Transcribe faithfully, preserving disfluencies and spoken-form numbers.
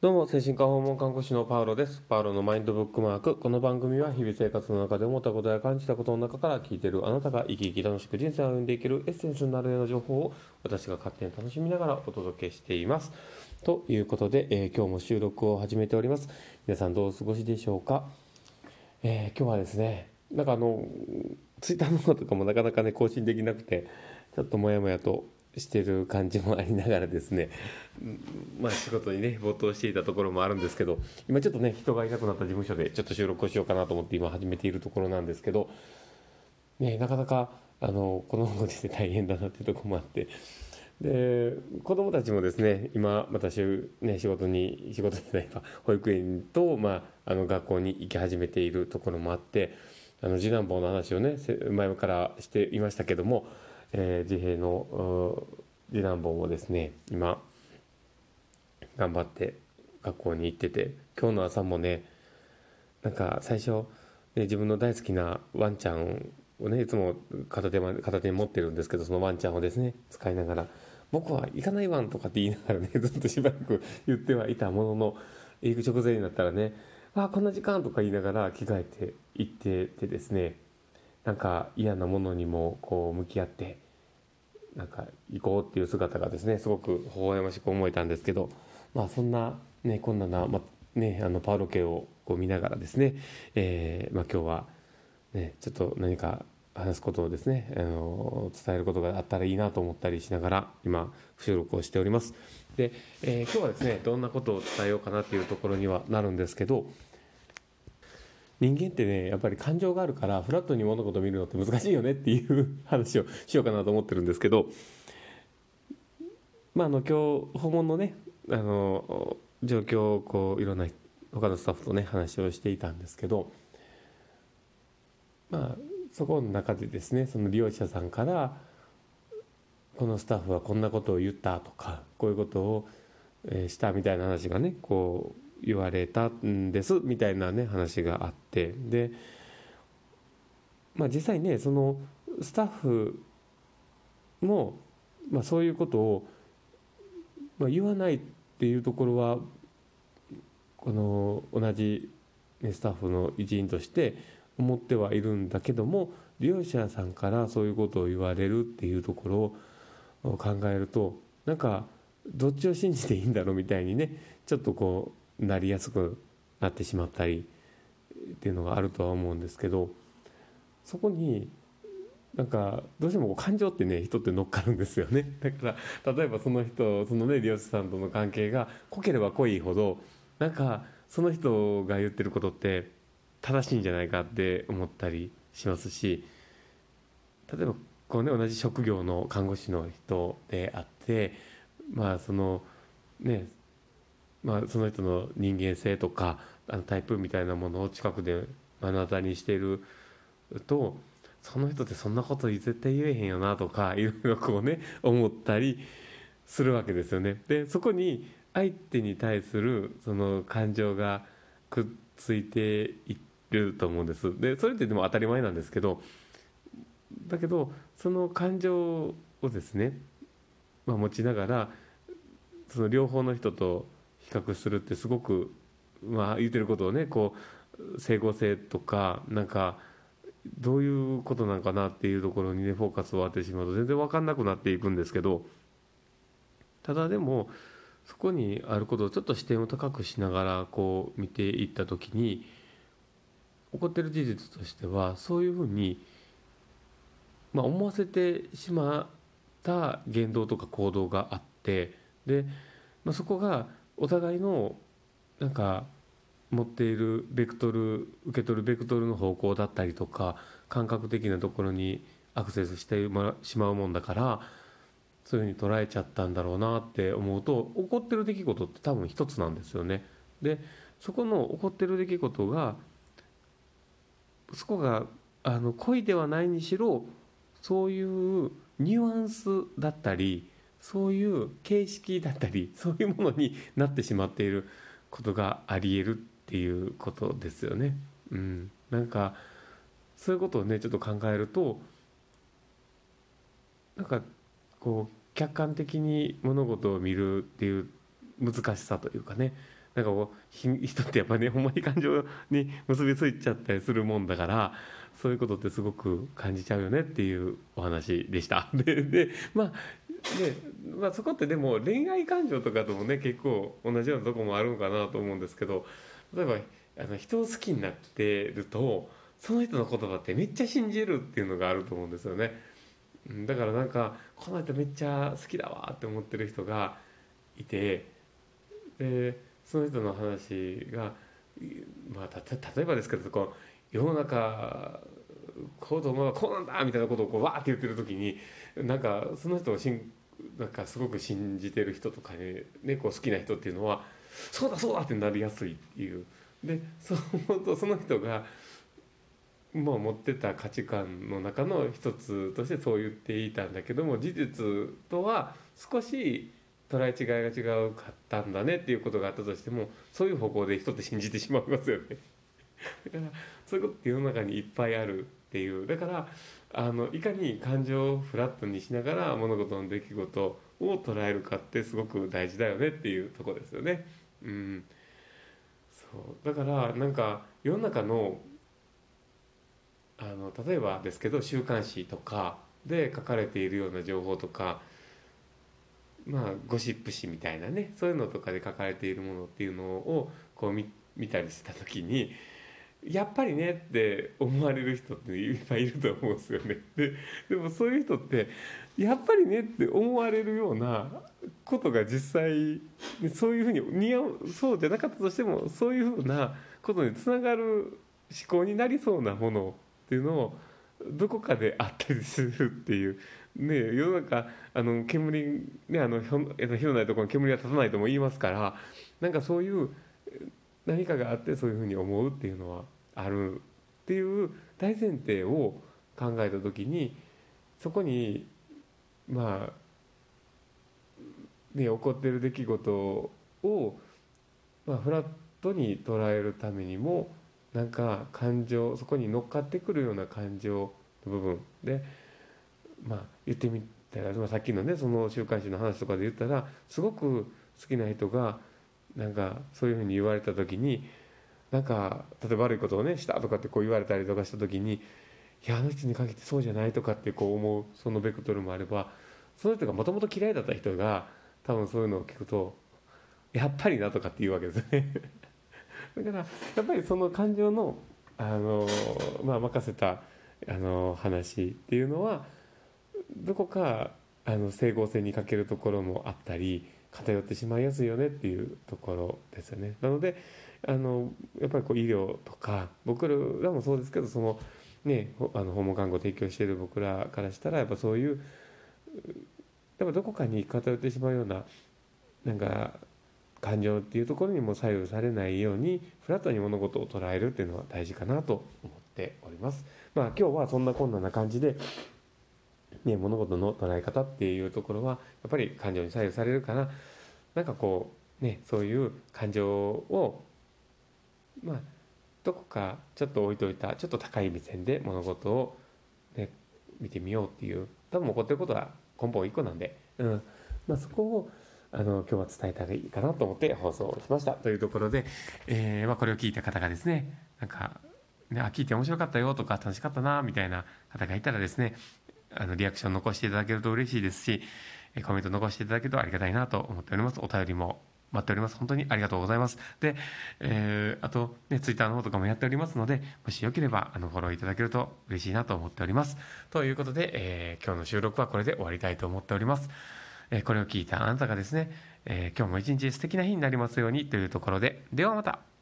どうも、精神科訪問看護師のパウロです。パウロのマインドブックマーク。この番組は日々生活の中で思ったことや感じたことの中から聞いているあなたが生き生き楽しく人生を歩んでいけるエッセンスになるような情報を私が勝手に楽しみながらお届けしています。ということで、えー今日も収録を始めております。皆さんどうお過ごしでしょうか。えー今日はですね、なんかあの、ツイッターの方とかもなかなかね、更新できなくて、ちょっともやもやとしてる感じもありながらですね、うんまあ仕事にね、没頭していたところもあるんですけど、今ちょっとね、人がいなくなった事務所でちょっと収録をしようかなと思って今始めているところなんですけど、ね、なかなか、あの、このご時世大変だなっていうところもあって、で、子供たちもですね、今、私、ね、仕事に、仕事じゃないか、保育園と、まあ、あの、学校に行き始めているところもあって、あの、次男坊の話をね、せ前からしていましたけども、えー自閉のう次男坊もですね、今、頑張って学校に行ってて、今日の朝もね、なんか最初、ね、自分の大好きなワンちゃんをね、いつも片手ま片手に持ってるんですけど、そのワンちゃんをですね、使いながら、僕は行かないワンとかって言いながらね、ずっとしばらく言ってはいたものの、行く直前になったらね、あ、こんな時間とか言いながら着替えて行っててですね、なんか嫌なものにもこう向き合って、なんか行こうっていう姿がですね、すごく微笑ましく思えたんですけど、まあそんなね、こんなな、まあね、あのパウロ家をこう見ながらですね、えーまあ今日はね、ちょっと何か話すことをですね、あの伝えることがあったらいいなと思ったりしながら今収録をしております。で、えー今日はですね、どんなことを伝えようかなっていうところにはなるんですけど、人間ってね、やっぱり感情があるからフラットに物事を見るのって難しいよねっていう話をしようかなと思ってるんですけど、まあ、あの今日訪問のねあの状況をこういろんな他のスタッフとね話をしていたんですけど、まあそこの中でですね、その利用者さんからこのスタッフはこんなことを言ったとか、こういうことをえーしたみたいな話がねこう言われたんですみたいなね話があって、で、まあ、実際ねそのスタッフも、まあ、そういうことを、まあ、言わないっていうところはこの同じねスタッフの一員として思ってはいるんだけども、利用者さんからそういうことを言われるっていうところを考えると、なんかどっちを信じていいんだろうみたいにね、ちょっとこうなりやすくなってしまったりっていうのがあるとは思うんですけど、そこになんかどうしてもこう感情ってね人って乗っかるんですよね。だから例えばその人そのね利用者さんとの関係が濃ければ濃いほど、なんかその人が言ってることって正しいんじゃないかって思ったりしますし、例えばこうね同じ職業の看護師の人であって、まあそのねまあその人の人間性とかあのタイプみたいなものを近くで目の当たりにしていると、その人ってそんなこと絶対言えへんよなとかいろいろこうね思ったりするわけですよね。でそこに相手に対するその感情がくっついていると思うんです。でそれってでも当たり前なんですけど、だけどその感情をですね、まあ、持ちながらその両方の人と比較するってすごく、まあ、言ってることをねこう整合性とかなんかどういうことなのかなっていうところにねフォーカスを当ててしまうと全然分かんなくなっていくんですけど、ただでもそこにあることをちょっと視点を高くしながらこう見ていった時に、起こってる事実としてはそういうふうに、まあ、思わせてしまった言動とか行動があって、で、まあ、そこがお互いのなんか持っているベクトル受け取るベクトルの方向だったりとか感覚的なところにアクセスしてしまうもんだから、そういうふうに捉えちゃったんだろうなって思うと、起こってる出来事って多分一つなんですよね。でそこの起こってる出来事がそこがあの故意ではないにしろ、そういうニュアンスだったりそういう形式だったりそういうものになってしまっていることがあり得るっていうことですよね。うん、なんかそういうことをねちょっと考えると、なんかこう客観的に物事を見るっていう難しさというかね、なんかこうひ人ってやっぱりねほんまに感情に結びついちゃったりするもんだから、そういうことってすごく感じちゃうよねっていうお話でした。ででまあで、まあ、そこってでも恋愛感情とかともね結構同じようなとこもあるのかなと思うんですけど、例えばあの人を好きになってるとその人の言葉ってめっちゃ信じるっていうのがあると思うんですよね。うんだからなんかこの人めっちゃ好きだわって思ってる人がいて、でその人の話が、まあ、た例えばですけど、こう世の中こうと思えばこうなんだみたいなことをこうわーって言ってる時に、なんかその人をしんなんかすごく信じてる人とかに、ね、こう好きな人っていうのはそうだそうだってなりやすいっていう。でそう思うとその人がもう持ってた価値観の中の一つとしてそう言っていたんだけども、事実とは少し捉え違いが違うかったんだねっていうことがあったとしても、そういう方向で人って信じてしまいますよね。だからそういうことって世の中にいっぱいあるっていう。だからあのいかに感情をフラットにしながら物事の出来事を捉えるかってすごく大事だよねっていうところですよね。うん、そうだからなんか世の中のあの例えばですけど週刊誌とかで書かれているような情報とか、まあゴシップ誌みたいなね、そういうのとかで書かれているものっていうのをこう 見, 見たりした時に、やっぱりねって思われる人っていっぱいいると思うんですよね。ででもそういう人ってやっぱりねって思われるようなことが実際そういうふうに似合う、そうじゃなかったとしてもそういうふうなことにつながる思考になりそうなものっていうのをどこかであったりするっていう。ね、世の中あの煙、ね、あの火の火のないところに煙は立たないとも言いますから、なんかそういう何かがあってそういうふうに思うっていうのはあるっていう大前提を考えた時に、そこにまあね起こってる出来事を、まあ、フラットに捉えるためにも、なんか感情、そこに乗っかってくるような感情の部分で、まあ言ってみたら、まあ、さっきのねその週刊誌の話とかで言ったら、すごく好きな人がなんかそういうふうに言われた時に、なんか例えば悪いことをねしたとかってこう言われたりとかした時に、いやあの人に限ってそうじゃないとかってこう思うそのベクトルもあれば、その人がもともと嫌いだった人が多分そういうのを聞くとやっぱりなとかって言うわけですよね。だからやっぱりその感情のあの、まあ、任せたあの話っていうのはどこかあの整合性に欠けるところもあったり偏ってしまいやすいよねっていうところですよね。なのであのやっぱりこう医療とか僕らもそうですけど、そのねあの訪問看護を提供している僕らからしたら、やっぱそういうやっぱどこかに偏ってしまうようななんか感情っていうところにも左右されないようにフラットに物事を捉えるっていうのは大事かなと思っております。まあ今日はそんなこんな感じで、ね、物事の捉え方っていうところはやっぱり感情に左右されるから、なんかこうねそういう感情をまあどこかちょっと置いといたちょっと高い目線で物事を、ね、見てみようっていう、多分起こってることは根本いっこなんで、うんまあ、そこをあの今日は伝えたらいいかなと思って放送をしましたというところで、えーまあ、これを聞いた方がですね、なんか、ね、あ聞いて面白かったよとか楽しかったなみたいな方がいたらですね、あのリアクション残していただけると嬉しいですし、コメント残していただけるとありがたいなと思っております。お便りも待っております。本当にありがとうございます。で、えー、あと、ね、ツイッターの方とかもやっておりますので、もしよければあのフォローいただけると嬉しいなと思っております。ということで、えー、今日の収録はこれで終わりたいと思っております。えー、これを聞いたあなたがですね、えー、今日も一日素敵な日になりますようにというところで、ではまた。